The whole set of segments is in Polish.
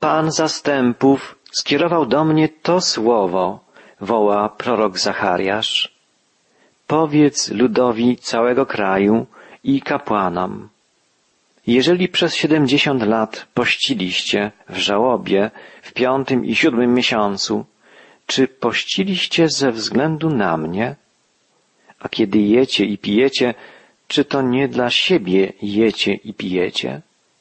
Pan zastępów skierował do mnie to słowo, woła prorok Zachariasz. Powiedz ludowi całego kraju i kapłanom. Jeżeli przez 70 lat pościliście w żałobie w 5. i 7. miesiącu, czy pościliście ze względu na mnie? A kiedy jecie i pijecie, czy to nie dla siebie jecie i pijecie?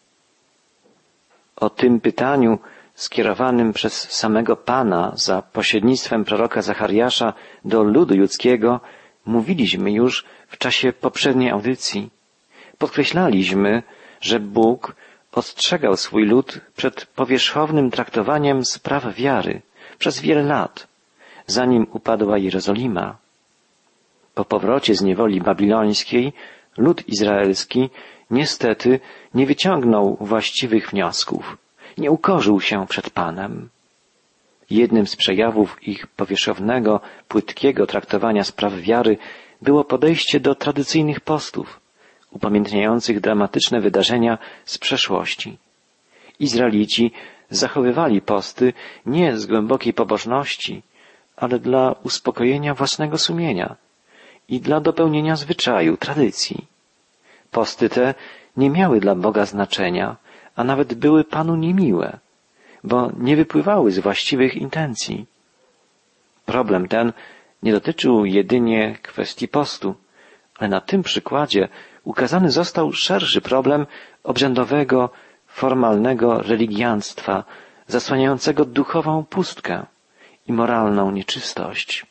O tym pytaniu skierowanym przez samego Pana za pośrednictwem proroka Zachariasza do ludu judzkiego mówiliśmy już w czasie poprzedniej audycji. Podkreślaliśmy, że Bóg ostrzegał swój lud przed powierzchownym traktowaniem spraw wiary przez wiele lat, zanim upadła Jerozolima. Po powrocie z niewoli babilońskiej lud izraelski niestety nie wyciągnął właściwych wniosków, nie ukorzył się przed Panem. Jednym z przejawów ich powierzchownego, płytkiego traktowania spraw wiary było podejście do tradycyjnych postów, upamiętniających dramatyczne wydarzenia z przeszłości. Izraelici zachowywali posty nie z głębokiej pobożności, ale dla uspokojenia własnego sumienia i dla dopełnienia zwyczaju, tradycji. Posty te nie miały dla Boga znaczenia, a nawet były Panu niemiłe, bo nie wypływały z właściwych intencji. Problem ten nie dotyczył jedynie kwestii postu, ale na tym przykładzie ukazany został szerszy problem obrzędowego, formalnego religianstwa, zasłaniającego duchową pustkę i moralną nieczystość.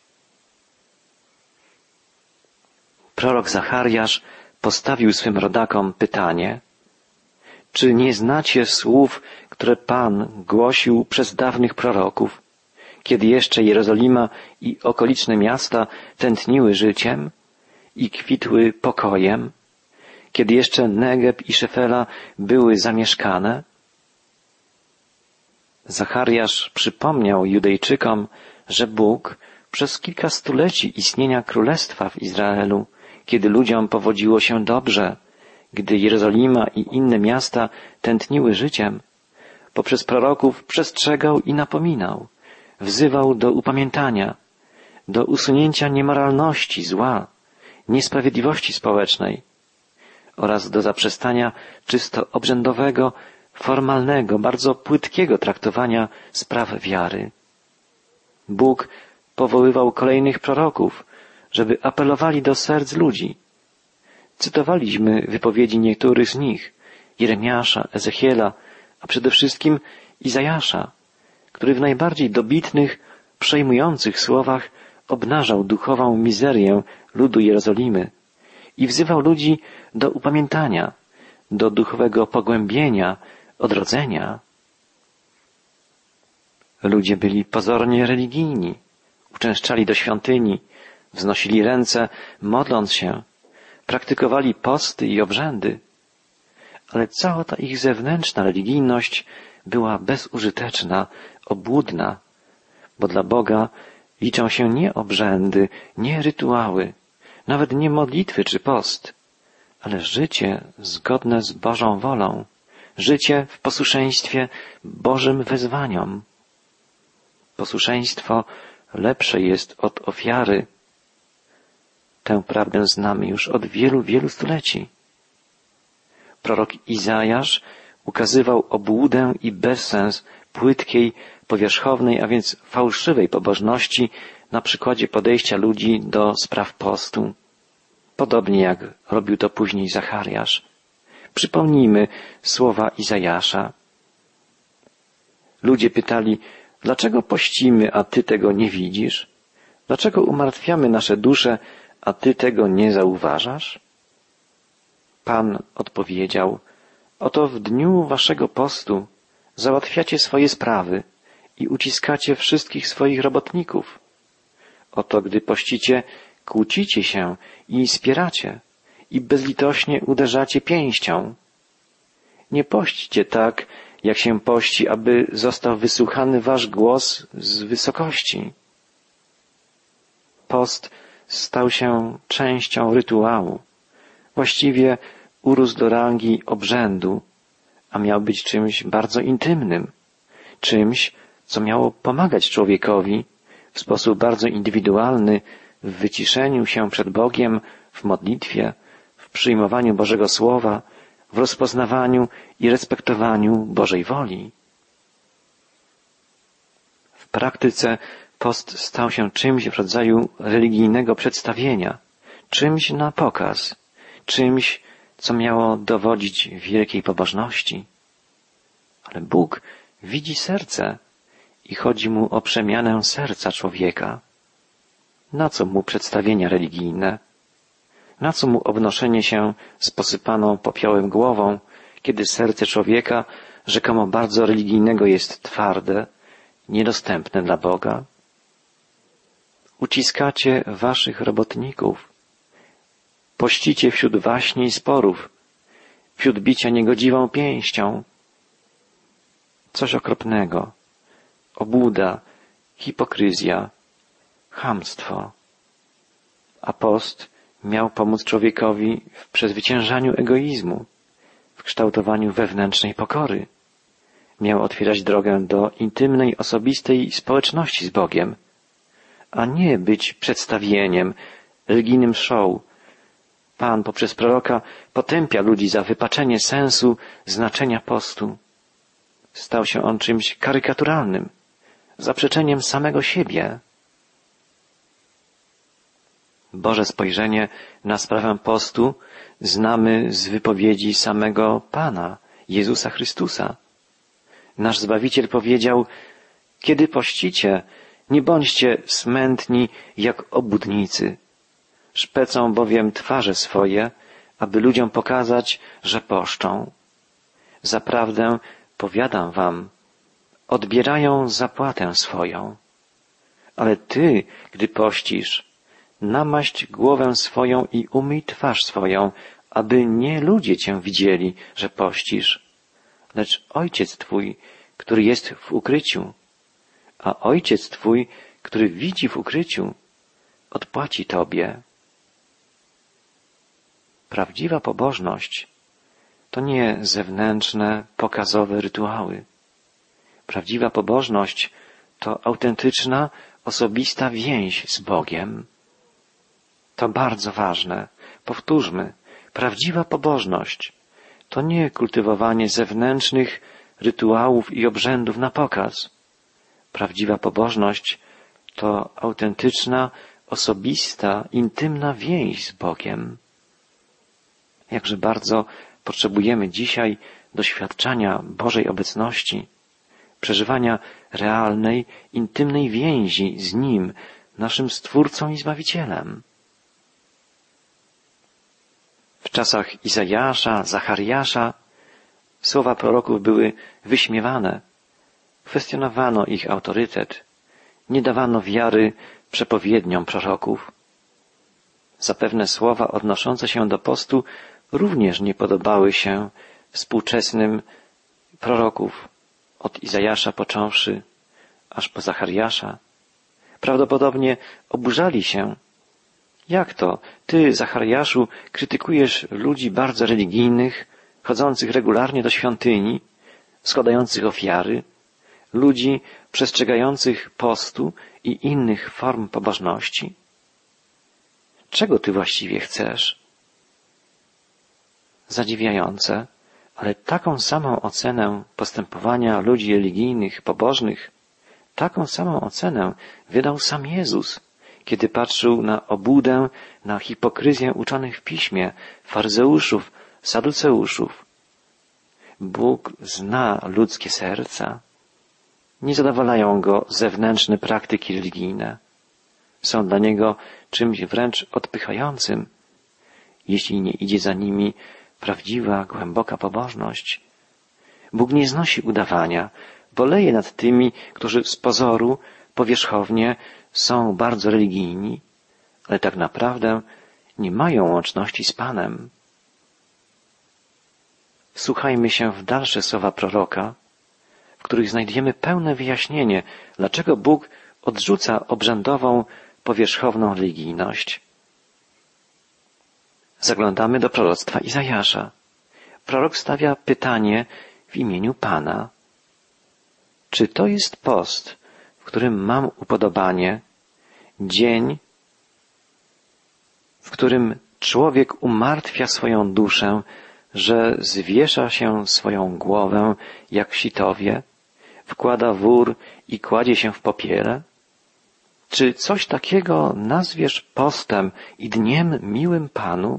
Prorok Zachariasz postawił swym rodakom pytanie: czy nie znacie słów, które Pan głosił przez dawnych proroków, kiedy jeszcze Jerozolima i okoliczne miasta tętniły życiem i kwitły pokojem, kiedy jeszcze Negeb i Szefela były zamieszkane? Zachariasz przypomniał Judejczykom, że Bóg przez kilka stuleci istnienia królestwa w Izraelu, kiedy ludziom powodziło się dobrze, gdy Jerozolima i inne miasta tętniły życiem, poprzez proroków przestrzegał i napominał, wzywał do upamiętania, do usunięcia niemoralności, zła, niesprawiedliwości społecznej oraz do zaprzestania czysto obrzędowego, formalnego, bardzo płytkiego traktowania spraw wiary. Bóg powoływał kolejnych proroków, żeby apelowali do serc ludzi. Cytowaliśmy wypowiedzi niektórych z nich, Jeremiasza, Ezechiela, a przede wszystkim Izajasza, który w najbardziej dobitnych, przejmujących słowach obnażał duchową mizerię ludu Jerozolimy i wzywał ludzi do upamiętania, do duchowego pogłębienia, odrodzenia. Ludzie byli pozornie religijni, uczęszczali do świątyni, wznosili ręce, modląc się, praktykowali posty i obrzędy, ale cała ta ich zewnętrzna religijność była bezużyteczna, obłudna, bo dla Boga liczą się nie obrzędy, nie rytuały, nawet nie modlitwy czy post, ale życie zgodne z Bożą wolą, życie w posłuszeństwie Bożym wezwaniom. Posłuszeństwo lepsze jest od ofiary. Tę prawdę znamy już od wielu, wielu stuleci. Prorok Izajasz ukazywał obłudę i bezsens płytkiej, powierzchownej, a więc fałszywej pobożności na przykładzie podejścia ludzi do spraw postu. Podobnie jak robił to później Zachariasz. Przypomnijmy słowa Izajasza. Ludzie pytali, dlaczego pościmy, a Ty tego nie widzisz? Dlaczego umartwiamy nasze dusze, a Ty tego nie zauważasz? Pan odpowiedział, oto w dniu waszego postu załatwiacie swoje sprawy i uciskacie wszystkich swoich robotników. Oto gdy pościcie, kłócicie się i spieracie i bezlitośnie uderzacie pięścią. Nie pośćcie tak, jak się pości, aby został wysłuchany wasz głos z wysokości. Post stał się częścią rytuału. Właściwie urósł do rangi obrzędu, a miał być czymś bardzo intymnym, czymś, co miało pomagać człowiekowi w sposób bardzo indywidualny w wyciszeniu się przed Bogiem, w modlitwie, w przyjmowaniu Bożego Słowa, w rozpoznawaniu i respektowaniu Bożej woli. W praktyce post stał się czymś w rodzaju religijnego przedstawienia, czymś na pokaz, czymś, co miało dowodzić wielkiej pobożności. Ale Bóg widzi serce i chodzi mu o przemianę serca człowieka. Na co mu przedstawienia religijne? Na co mu obnoszenie się z posypaną popiołem głową, kiedy serce człowieka, rzekomo bardzo religijnego, jest twarde, niedostępne dla Boga? Uciskacie waszych robotników, pościcie wśród waśni i sporów, wśród bicia niegodziwą pięścią. Coś okropnego, obłuda, hipokryzja, chamstwo. A post miał pomóc człowiekowi w przezwyciężaniu egoizmu, w kształtowaniu wewnętrznej pokory. Miał otwierać drogę do intymnej, osobistej społeczności z Bogiem, a nie być przedstawieniem, religijnym show. Pan poprzez proroka potępia ludzi za wypaczenie sensu, znaczenia postu. Stał się on czymś karykaturalnym, zaprzeczeniem samego siebie. Boże spojrzenie na sprawę postu znamy z wypowiedzi samego Pana, Jezusa Chrystusa. Nasz Zbawiciel powiedział: kiedy pościcie, nie bądźcie smętni jak obłudnicy. Szpecą bowiem twarze swoje, aby ludziom pokazać, że poszczą. Zaprawdę powiadam wam, odbierają zapłatę swoją. Ale ty, gdy pościsz, namaść głowę swoją i umyj twarz swoją, aby nie ludzie cię widzieli, że pościsz, lecz Ojciec Twój, który jest w ukryciu. A Ojciec Twój, który widzi w ukryciu, odpłaci Tobie. Prawdziwa pobożność to nie zewnętrzne, pokazowe rytuały. Prawdziwa pobożność to autentyczna, osobista więź z Bogiem. To bardzo ważne. Powtórzmy. Prawdziwa pobożność to nie kultywowanie zewnętrznych rytuałów i obrzędów na pokaz. Prawdziwa pobożność to autentyczna, osobista, intymna więź z Bogiem. Jakże bardzo potrzebujemy dzisiaj doświadczania Bożej obecności, przeżywania realnej, intymnej więzi z Nim, naszym Stwórcą i Zbawicielem. W czasach Izajasza, Zachariasza słowa proroków były wyśmiewane, kwestionowano ich autorytet, nie dawano wiary przepowiedniom proroków. Zapewne słowa odnoszące się do postu również nie podobały się współczesnym proroków, od Izajasza począwszy, aż po Zachariasza. Prawdopodobnie oburzali się. Jak to? Ty, Zachariaszu, krytykujesz ludzi bardzo religijnych, chodzących regularnie do świątyni, składających ofiary, ludzi przestrzegających postu i innych form pobożności? Czego ty właściwie chcesz? Zadziwiające, ale taką samą ocenę postępowania ludzi religijnych, pobożnych, taką samą ocenę wydał sam Jezus, kiedy patrzył na obłudę, na hipokryzję uczonych w piśmie, faryzeuszów, saduceuszów. Bóg zna ludzkie serca. Nie zadowalają go zewnętrzne praktyki religijne. Są dla niego czymś wręcz odpychającym, jeśli nie idzie za nimi prawdziwa, głęboka pobożność. Bóg nie znosi udawania, boleje nad tymi, którzy z pozoru, powierzchownie są bardzo religijni, ale tak naprawdę nie mają łączności z Panem. Wsłuchajmy się w dalsze słowa proroka, w których znajdziemy pełne wyjaśnienie, dlaczego Bóg odrzuca obrzędową, powierzchowną religijność. Zaglądamy do proroctwa Izajasza. Prorok stawia pytanie w imieniu Pana. Czy to jest post, w którym mam upodobanie, dzień, w którym człowiek umartwia swoją duszę, że zwiesza się swoją głowę jak sitowie, wkłada wór i kładzie się w popiele? Czy coś takiego nazwiesz postem i dniem miłym Panu?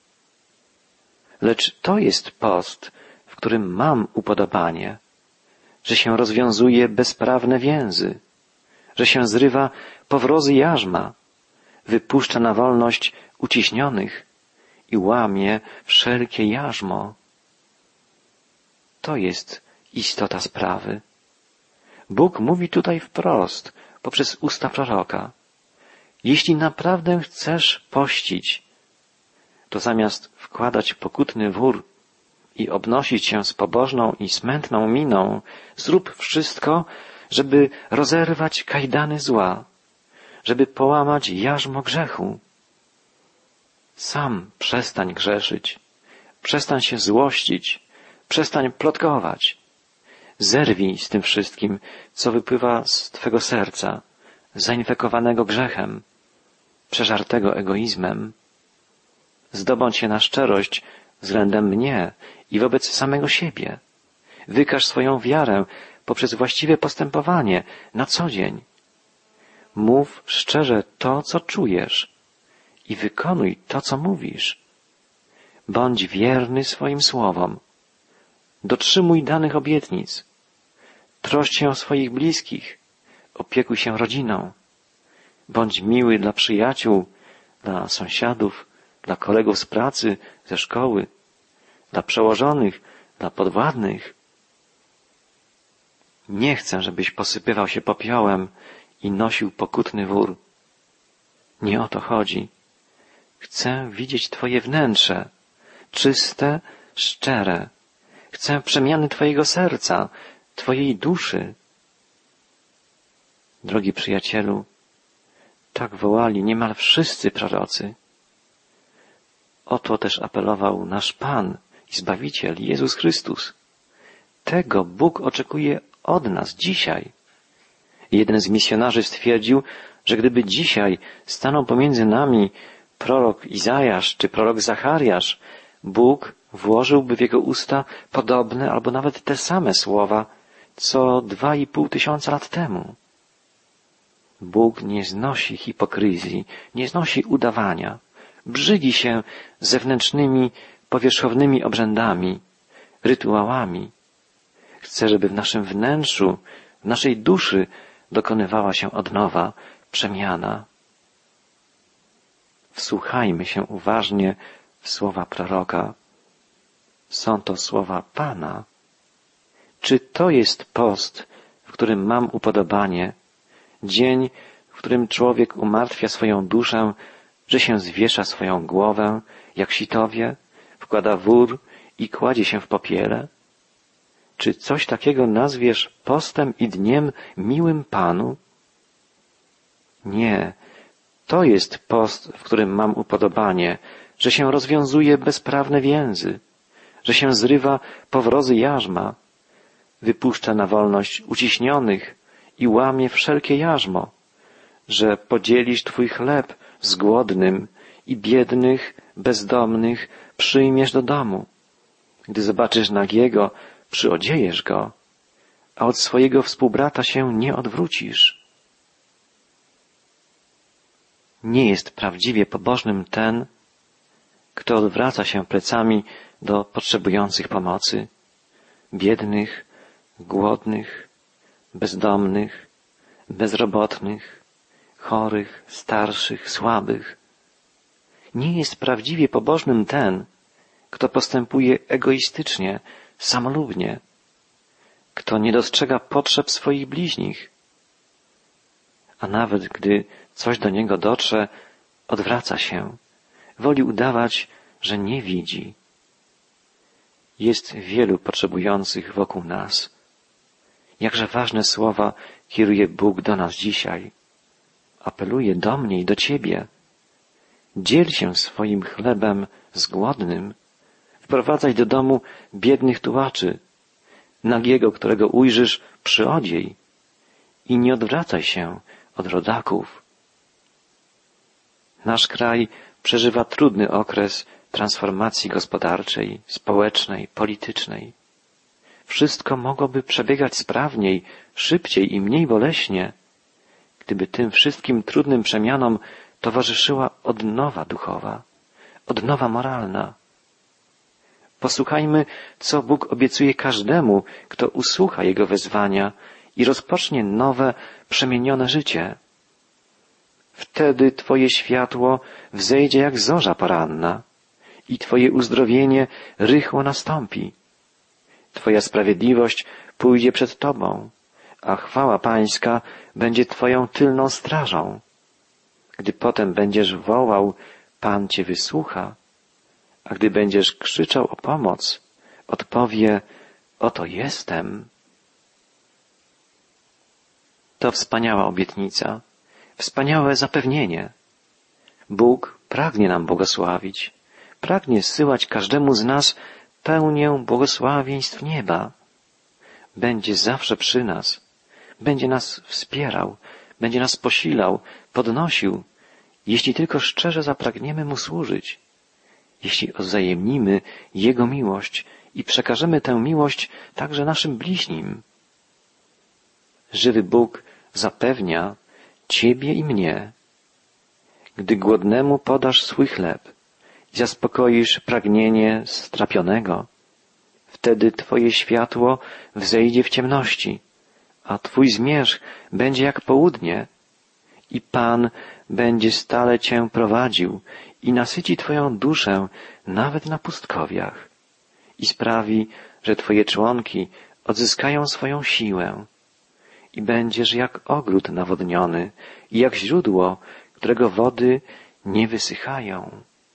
Lecz to jest post, w którym mam upodobanie, że się rozwiązuje bezprawne więzy, że się zrywa powrozy jarzma, wypuszcza na wolność uciśnionych i łamie wszelkie jarzmo. To jest istota sprawy. Bóg mówi tutaj wprost, poprzez usta proroka. Jeśli naprawdę chcesz pościć, to zamiast wkładać pokutny wór i obnosić się z pobożną i smętną miną, zrób wszystko, żeby rozerwać kajdany zła, żeby połamać jarzmo grzechu. Sam przestań grzeszyć, przestań się złościć, przestań plotkować. Zerwij z tym wszystkim, co wypływa z twego serca, zainfekowanego grzechem, przeżartego egoizmem. Zdobądź się na szczerość względem mnie i wobec samego siebie. Wykaż swoją wiarę poprzez właściwe postępowanie na co dzień. Mów szczerze to, co czujesz i wykonuj to, co mówisz. Bądź wierny swoim słowom. Dotrzymuj danych obietnic. Troszcz się o swoich bliskich. Opiekuj się rodziną. Bądź miły dla przyjaciół, dla sąsiadów, dla kolegów z pracy, ze szkoły, dla przełożonych, dla podwładnych. Nie chcę, żebyś posypywał się popiołem i nosił pokutny wór. Nie o to chodzi. Chcę widzieć Twoje wnętrze, czyste, szczere. Chcę przemiany Twojego serca, Twojej duszy. Drogi przyjacielu, tak wołali niemal wszyscy prorocy. O to też apelował nasz Pan i Zbawiciel, Jezus Chrystus. Tego Bóg oczekuje od nas dzisiaj. Jeden z misjonarzy stwierdził, że gdyby dzisiaj stanął pomiędzy nami prorok Izajasz czy prorok Zachariasz, Bóg włożyłby w jego usta podobne albo nawet te same słowa, co 2500 lat temu. Bóg nie znosi hipokryzji, nie znosi udawania, brzydzi się zewnętrznymi, powierzchownymi obrzędami, rytuałami. Chce, żeby w naszym wnętrzu, w naszej duszy dokonywała się odnowa, przemiana. Wsłuchajmy się uważnie w słowa proroka. Są to słowa Pana. Czy to jest post, w którym mam upodobanie, dzień, w którym człowiek umartwia swoją duszę, że się zwiesza swoją głowę, jak sitowie, wkłada wór i kładzie się w popiele? Czy coś takiego nazwiesz postem i dniem miłym Panu? Nie, to jest post, w którym mam upodobanie, że się rozwiązuje bezprawne więzy, że się zrywa powrozy jarzma, wypuszcza na wolność uciśnionych i łamie wszelkie jarzmo, że podzielisz Twój chleb z głodnym i biednych, bezdomnych przyjmiesz do domu. Gdy zobaczysz nagiego, przyodziejesz go, a od swojego współbrata się nie odwrócisz. Nie jest prawdziwie pobożnym ten, kto odwraca się plecami do potrzebujących pomocy, biednych, głodnych, bezdomnych, bezrobotnych, chorych, starszych, słabych. Nie jest prawdziwie pobożnym ten, kto postępuje egoistycznie, samolubnie, kto nie dostrzega potrzeb swoich bliźnich, a nawet gdy coś do niego dotrze, odwraca się, woli udawać, że nie widzi. Jest wielu potrzebujących wokół nas. Jakże ważne słowa kieruje Bóg do nas dzisiaj. Apeluje do mnie i do Ciebie. Dziel się swoim chlebem z głodnym. Wprowadzaj do domu biednych tułaczy. nagiego, którego ujrzysz, przyodziej i nie odwracaj się od rodaków. Nasz kraj przeżywa trudny okres transformacji gospodarczej, społecznej, politycznej. Wszystko mogłoby przebiegać sprawniej, szybciej i mniej boleśnie, gdyby tym wszystkim trudnym przemianom towarzyszyła odnowa duchowa, odnowa moralna. Posłuchajmy, co Bóg obiecuje każdemu, kto usłucha Jego wezwania i rozpocznie nowe, przemienione życie. Wtedy Twoje światło wzejdzie jak zorza poranna i Twoje uzdrowienie rychło nastąpi. Twoja sprawiedliwość pójdzie przed Tobą, a chwała Pańska będzie Twoją tylną strażą. Gdy potem będziesz wołał, Pan Cię wysłucha, a gdy będziesz krzyczał o pomoc, odpowie, oto jestem. To wspaniała obietnica, wspaniałe zapewnienie. Bóg pragnie nam błogosławić, pragnie zsyłać każdemu z nas pełnię błogosławieństw nieba. Będzie zawsze przy nas, będzie nas wspierał, będzie nas posilał, podnosił, jeśli tylko szczerze zapragniemy Mu służyć, jeśli odwzajemnimy Jego miłość i przekażemy tę miłość także naszym bliźnim. Żywy Bóg zapewnia Ciebie i mnie. Gdy głodnemu podasz swój chleb i zaspokoisz pragnienie strapionego, wtedy Twoje światło wzejdzie w ciemności, a Twój zmierzch będzie jak południe i Pan będzie stale Cię prowadził i nasyci Twoją duszę nawet na pustkowiach i sprawi, że Twoje członki odzyskają swoją siłę i będziesz jak ogród nawodniony i jak źródło, którego wody nie wysychają.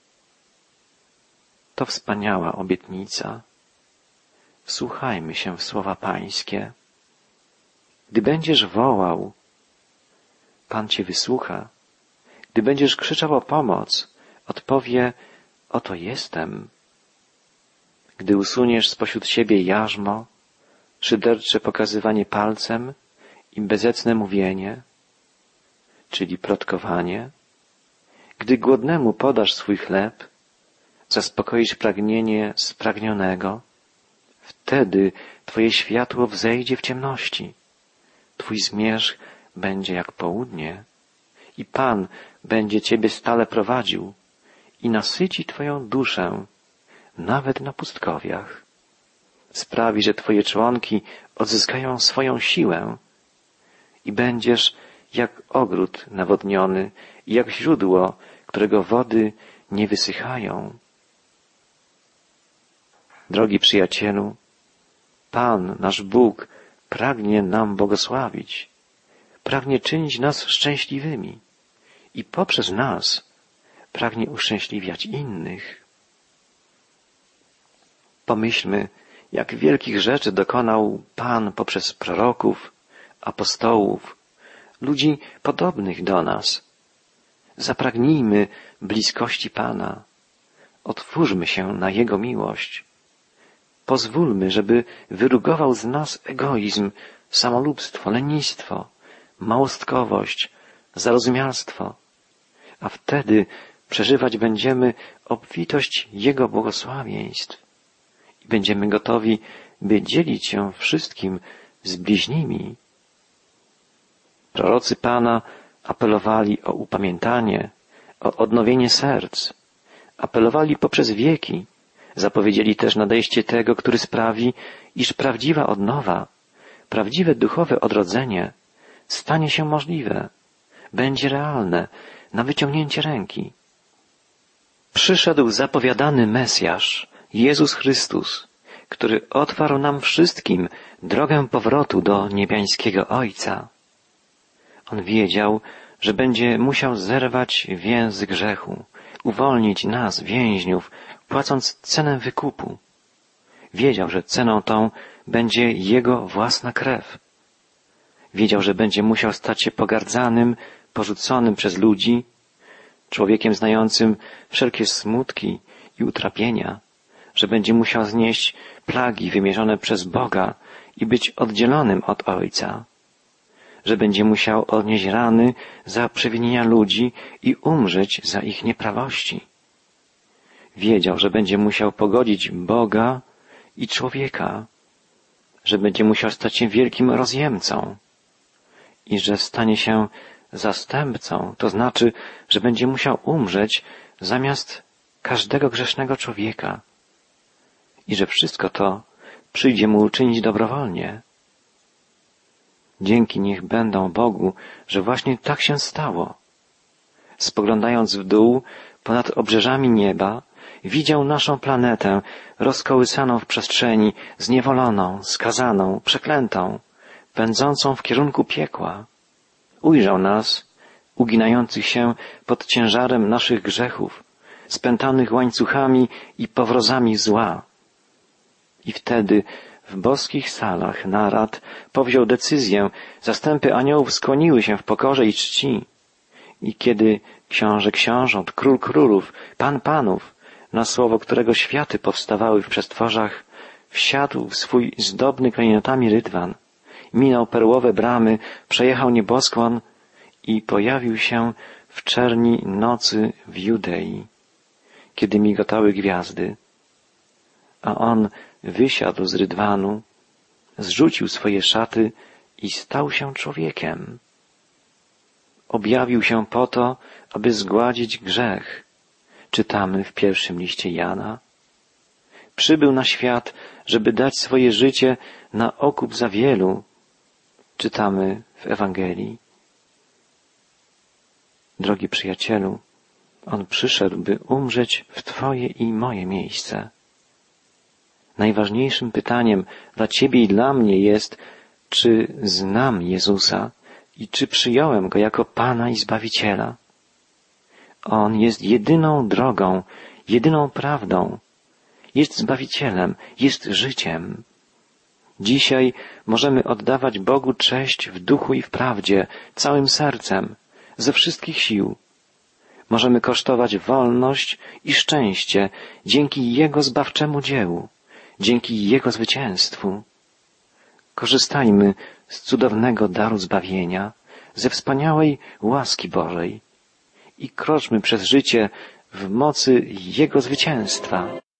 To wspaniała obietnica. Wsłuchajmy się w słowa Pańskie. Gdy będziesz wołał, Pan Cię wysłucha. Gdy będziesz krzyczał o pomoc, odpowie, oto jestem. Gdy usuniesz spośród siebie jarzmo, szydercze pokazywanie palcem i bezecne mówienie, czyli plotkowanie, gdy głodnemu podasz swój chleb, zaspokoisz pragnienie spragnionego, wtedy Twoje światło wzejdzie w ciemności, Twój zmierzch będzie jak południe i Pan będzie Ciebie stale prowadził i nasyci Twoją duszę nawet na pustkowiach. Sprawi, że Twoje członki odzyskają swoją siłę i będziesz jak ogród nawodniony i jak źródło, którego wody nie wysychają. Drogi przyjacielu, Pan, nasz Bóg, pragnie nam błogosławić, pragnie czynić nas szczęśliwymi i poprzez nas pragnie uszczęśliwiać innych. Pomyślmy, jak wielkich rzeczy dokonał Pan poprzez proroków, apostołów, ludzi podobnych do nas. Zapragnijmy bliskości Pana. Otwórzmy się na Jego miłość. Pozwólmy, żeby wyrugował z nas egoizm, samolubstwo, lenistwo, małostkowość, zarozumialstwo, a wtedy przeżywać będziemy obfitość Jego błogosławieństw i będziemy gotowi, by dzielić się wszystkim z bliźnimi. Prorocy Pana apelowali o upamiętanie, o odnowienie serc, apelowali poprzez wieki, zapowiedzieli też nadejście tego, który sprawi, iż prawdziwa odnowa, prawdziwe duchowe odrodzenie stanie się możliwe, będzie realne, na wyciągnięcie ręki. Przyszedł zapowiadany Mesjasz, Jezus Chrystus, który otwarł nam wszystkim drogę powrotu do niebiańskiego Ojca. On wiedział, że będzie musiał zerwać więzy grzechu, uwolnić nas, więźniów, płacąc cenę wykupu. Wiedział, że ceną tą będzie Jego własna krew. Wiedział, że będzie musiał stać się pogardzanym, porzuconym przez ludzi, człowiekiem znającym wszelkie smutki i utrapienia, że będzie musiał znieść plagi wymierzone przez Boga i być oddzielonym od Ojca, że będzie musiał odnieść rany za przewinienia ludzi i umrzeć za ich nieprawości. Wiedział, że będzie musiał pogodzić Boga i człowieka, że będzie musiał stać się wielkim rozjemcą i że stanie się zastępcą, to znaczy, że będzie musiał umrzeć zamiast każdego grzesznego człowieka i że wszystko to przyjdzie mu uczynić dobrowolnie. Dzięki niech będą Bogu, że właśnie tak się stało. Spoglądając w dół ponad obrzeżami nieba, widział naszą planetę rozkołysaną w przestrzeni, zniewoloną, skazaną, przeklętą, pędzącą w kierunku piekła. Ujrzał nas, uginających się pod ciężarem naszych grzechów, spętanych łańcuchami i powrozami zła. I wtedy w boskich salach narad powziął decyzję, zastępy aniołów skłoniły się w pokorze i czci. I kiedy książę książąt, król królów, pan panów, na słowo którego światy powstawały w przestworzach, wsiadł w swój zdobny klejnotami rydwan, minął perłowe bramy, przejechał nieboskłon i pojawił się w czerni nocy w Judei, kiedy migotały gwiazdy. A on wysiadł z rydwanu, zrzucił swoje szaty i stał się człowiekiem. Objawił się po to, aby zgładzić grzech. Czytamy w pierwszym liście Jana. Przybył na świat, żeby dać swoje życie na okup za wielu. Czytamy w Ewangelii. Drogi przyjacielu, On przyszedł, by umrzeć w Twoje i moje miejsce. Najważniejszym pytaniem dla Ciebie i dla mnie jest, czy znam Jezusa i czy przyjąłem Go jako Pana i Zbawiciela. On jest jedyną drogą, jedyną prawdą. Jest Zbawicielem, jest życiem. Dzisiaj możemy oddawać Bogu cześć w duchu i w prawdzie, całym sercem, ze wszystkich sił. Możemy kosztować wolność i szczęście dzięki Jego zbawczemu dziełu, dzięki Jego zwycięstwu. Korzystajmy z cudownego daru zbawienia, ze wspaniałej łaski Bożej i kroczmy przez życie w mocy Jego zwycięstwa.